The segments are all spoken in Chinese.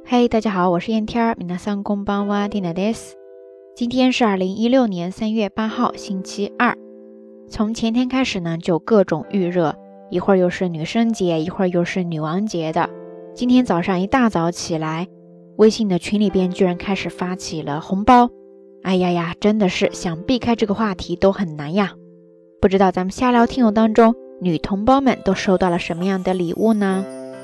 嘿，大家好，我是燕天儿，皆さんこんばんは、Tinaです。今天是2016年3月8号，星期二。从前天开始呢，就各种预热，一会儿又是女生节，一会儿又是女王节的。今天早上一大早起来，微信的群里边居然开始发起了红包。哎呀，真的是想避开这个话题都很难呀。不知道咱们瞎聊听友当中，女同胞们都收到了什么样的礼物呢？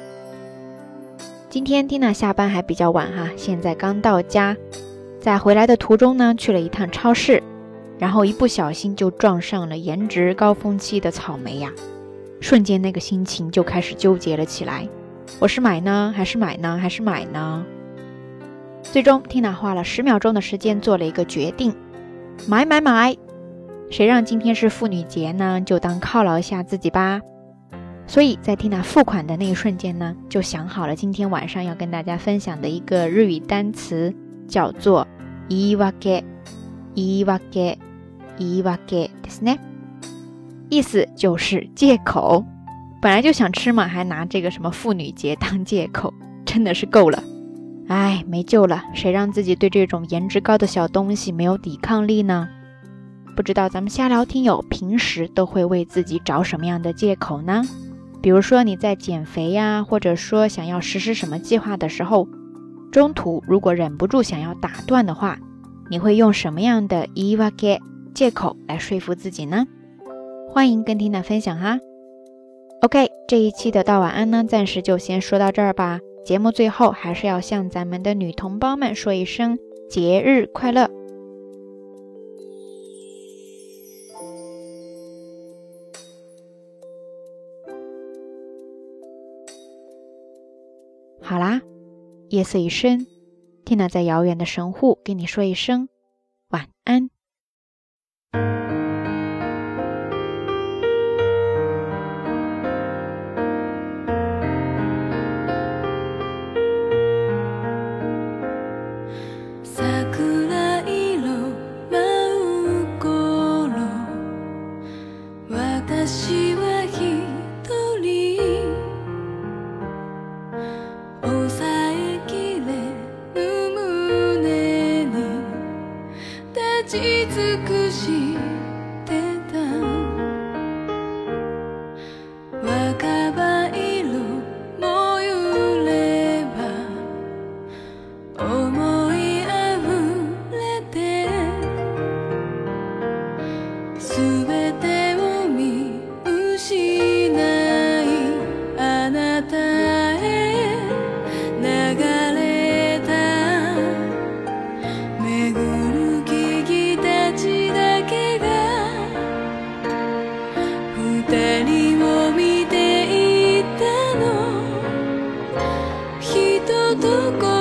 今天 Tina 下班还比较晚哈，现在刚到家，在回来的途中呢，去了一趟超市，然后一不小心就撞上了颜值高峰期的草莓呀，瞬间那个心情就开始纠结了起来，我是买呢还是买呢？最终 Tina 花了10秒钟的时间做了一个决定，买，谁让今天是妇女节呢，就当犒劳一下自己吧。所以在 Tina 付款的那一瞬间呢，就想好了今天晚上要跟大家分享的一个日语单词，叫做言い訳ですね，意思就是借口。本来就想吃嘛，还拿这个什么妇女节当借口，真的是够了。哎，没救了，谁让自己对这种颜值高的小东西没有抵抗力呢？不知道咱们瞎聊听友平时都会为自己找什么样的借口呢？比如说你在减肥呀，或者说想要实施什么计划的时候，中途如果忍不住想要打断的话，你会用什么样的言い訳借口来说服自己呢？欢迎跟 Tina 分享哈。OK， 这一期的道晚安呢，暂时就先说到这儿吧。节目最后还是要向咱们的女同胞们说一声节日快乐。好啦，夜色已深， Tina 在遥远的神户跟你说一声晚安。 二人を見ていたの、人と